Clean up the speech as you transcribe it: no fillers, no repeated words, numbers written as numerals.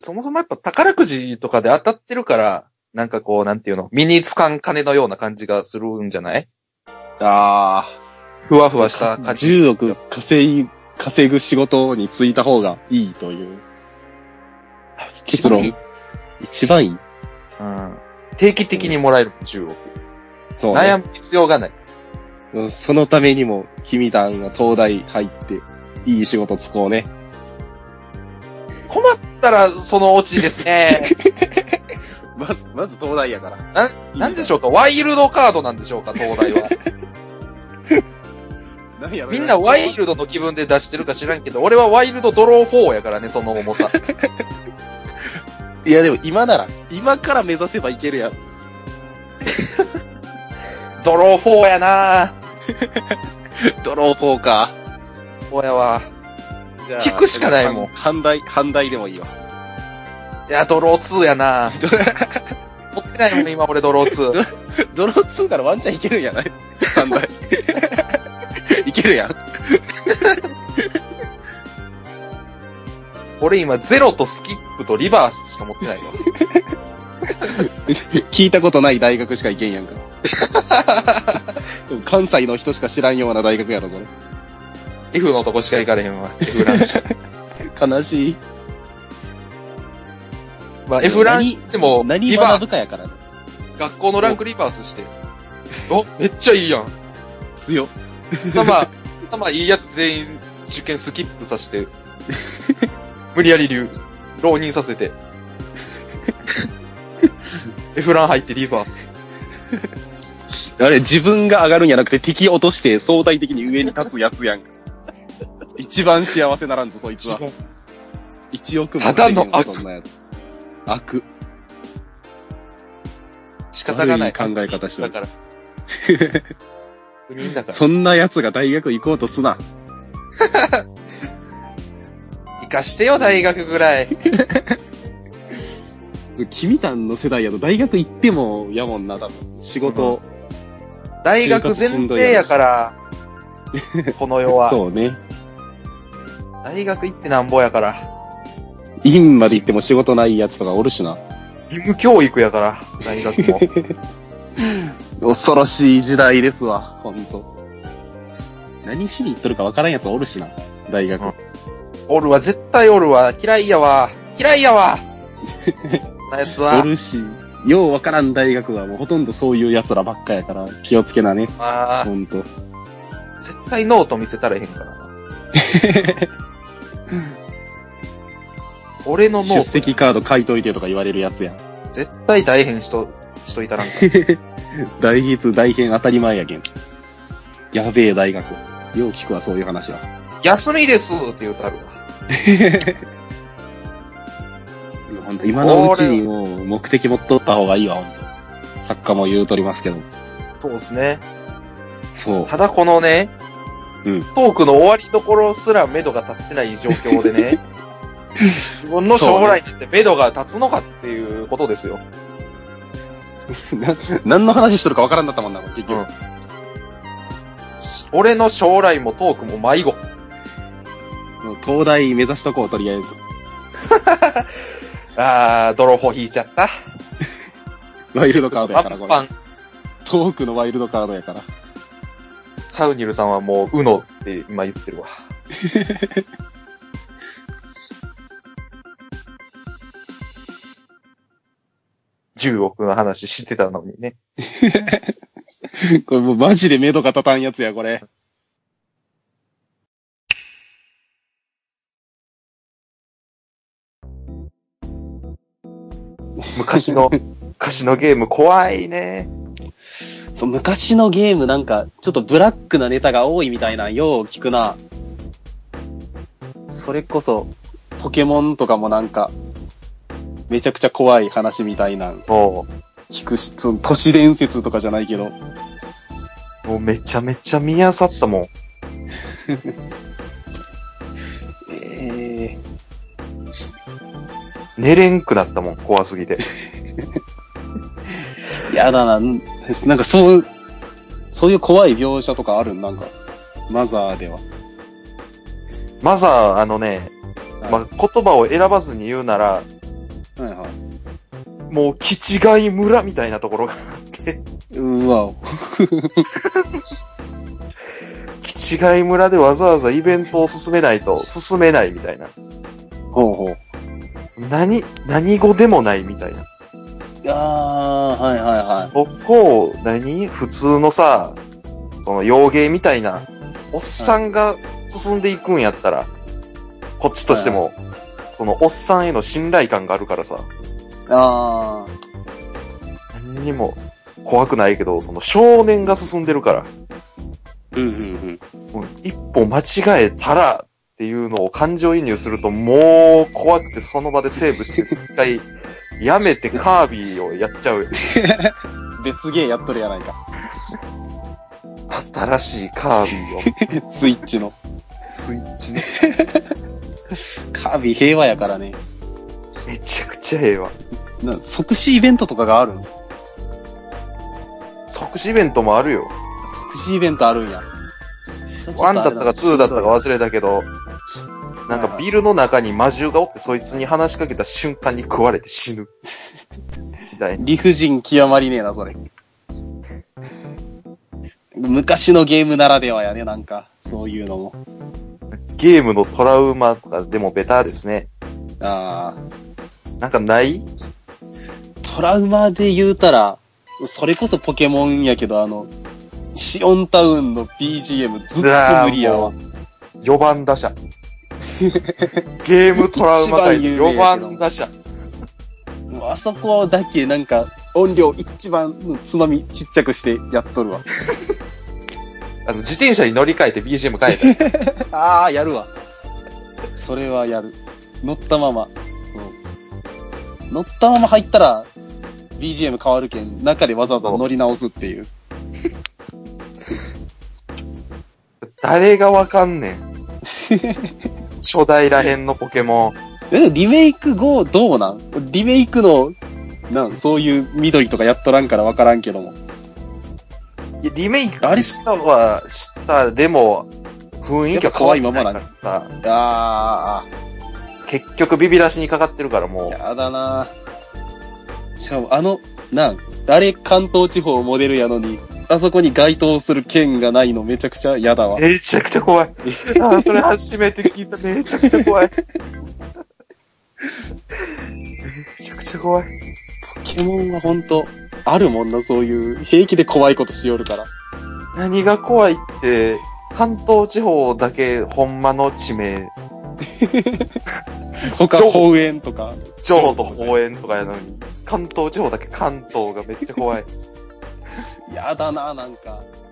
そもそもやっぱ宝くじとかで当たってるから、なんかこう、なんていうの、身につかん金のような感じがするんじゃない？ あふわふわした感じ。 10億稼ぐ仕事に就いた方がいいという結論。一番いい？ うん。定期的にもらえる10億。 そうね。 悩む必要がない。 そのためにも、君たんが東大入って、いい仕事つこうね。 困ったらそのオチですね。 まず東大やから。 なんでしょうか？ワイルドカードなんでしょうか？東大は。みんなワイルドの気分で出してるか知らんけど、俺はワイルドドロー4やからね、その重さ。 いやでも今から目指せばいけるやん。 ドロー4やなドロー4か。 そうやわ。 じゃあ引くしかないもん。 反対でもいいわ。 いや、ドロー2やな持ってないもんね、今俺ドロー2。 ドロー2ならワンチャンいけるんやない？反対。いけるやん。 俺今ゼロとスキップとリバースしか持ってないわ。 聞いたことない大学しか行けんやんか。関西の人しか知らんような大学やろ、それ。 F のとこしか行かれへんわ。F ランしか。 悲しい。 まあ F ランしても、 何学ぶかやからね。 学校のランクリバースして。お、めっちゃいいやん。 強。 まあいいやつ全員受験スキップさせて、無理やり浪人させて。F ラン入ってリバース。 あれ、自分が上がるんやなくて敵落として相対的に上に立つやつやんか。一番幸せならんぞ、そいつは。1億もただの悪。 そんなやつ。悪。 仕方がない。 考え方してる。 だから。国だから。 そんなやつが大学行こうとすな。 行かしてよ、大学ぐらい。 君たんの世代やと大学行ってもやもんな、多分。仕事。 大学前提やから、この世は。 そうね。 大学行ってなんぼやから。 院まで行っても仕事ないやつとかおるしな。 義務教育やから、大学も。 恐ろしい時代ですわ、ほんと。何しに行っとるかわからんやつおるしな、大学。 おるわ、絶対おるわ。嫌いやわ。なやつは。 おるし、ようわからん大学はもうほとんどそういう奴らばっかやから気をつけなね。ほんと。 絶対ノート見せたらへんからな。俺のノート。 出席カード書いといてとか言われるやつやん。 絶対大変しといたらんか。 大筆大変当たり前やけん。やべえ大学。よう聞くわ、そういう話は。 休みですって言うたるわ。 ほんと、今のうちにもう目的持っとった方がいいわ、ほんと。作家も言うとりますけど。 そうですね。 そう。 ただこのね、トークの終わりどころすら目処が立ってない状況でね、自分の将来って目処が立つのかっていうことですよ。 何の話しとるかわからんだったもんな、結局。 俺の将来もトークも迷子。 東大目指しとこう、とりあえず。 泥棒引いちゃった。 ワイルドカードやから、これ。 トークのワイルドカードやから。 サウニルさんはもう、UNO って今言ってるわ。10億の話してたのにね。 これもうマジで目処が立たんやつや、これ。 昔のゲーム怖いね。 そう、昔のゲームなんか、ちょっとブラックなネタが多いみたいな、よう聞くな。それこそ、ポケモンとかもなんか、めちゃくちゃ怖い話みたいな。聞くし、都市伝説とかじゃないけど。 もうめちゃめちゃ見漁ったもん。寝れんくなったもん、怖すぎて。 やだな、なんかそういう怖い描写とかある？なんか、マザーでは。 マザー、まあ、言葉を選ばずに言うなら、 もう、キチガイ村みたいなところがあって。 うわお。 キチガイ村でわざわざイベントを進めないと進めないみたいな。 ほうほう。 何語でもないみたいな。 はいはいはい。 そこを、普通のさ、その洋芸みたいな、おっさんが進んでいくんやったら、こっちとしても、そのおっさんへの信頼感があるからさ。 ああ。 何にも怖くないけど、その少年が進んでるから。一歩間違えたらっていうのを感情移入するともう怖くてその場でセーブして一回やめてカービィをやっちゃうよ。 別ゲーやっとるやないか。 新しいカービィを。 スイッチの。 スイッチね。 カービィ平和やからね。 めちゃくちゃ平和。 即死イベントとかがあるの？ 即死イベントもあるよ。 即死イベントあるんや。 1だったか2だったか忘れたけど、なんかビルの中に魔獣がおってそいつに話しかけた瞬間に食われて死ぬ。みたいな。 理不尽極まりねえな、それ。昔のゲームならではやね、なんか、そういうのも。 ゲームのトラウマとかでもベターですね。 ああ。 なんかない？ トラウマで言うたら、それこそポケモンやけど、シオンタウンの BGM ずっと無理やわ。 4番打者。ゲームトラウマ界で4番打者。 あそこだけなんか音量一番のつまみちっちゃくしてやっとるわ。 自転車に乗り換えて BGM 変えた。 ああ、やるわ。それはやる。乗ったまま。乗ったまま入ったら BGM 変わるけん、中でわざわざ乗り直すっていう。 誰がわかんねん。初代らへんのポケモン。リメイク後どうなん？リメイクの、そういう緑とかやっとらんからわからんけども。 いや、リメイクしたは、でも、雰囲気は変わりままなんだ。結局ビビらしにかかってるからもう。 やだなぁ。しかもあれ関東地方モデルやのに、あそこに該当する剣がないのめちゃくちゃ嫌だわ。 めちゃくちゃ怖い。それ初めて聞いた。めちゃくちゃ怖い。めちゃくちゃ怖い。 ポケモンはほんと、あるもんな、そういう平気で怖いことしよるから。 何が怖いって、関東地方だけほんまの地名。 他方園とか。 城と方園とかやのに、関東地方だけ関東がめっちゃ怖い。 やだな、なんか。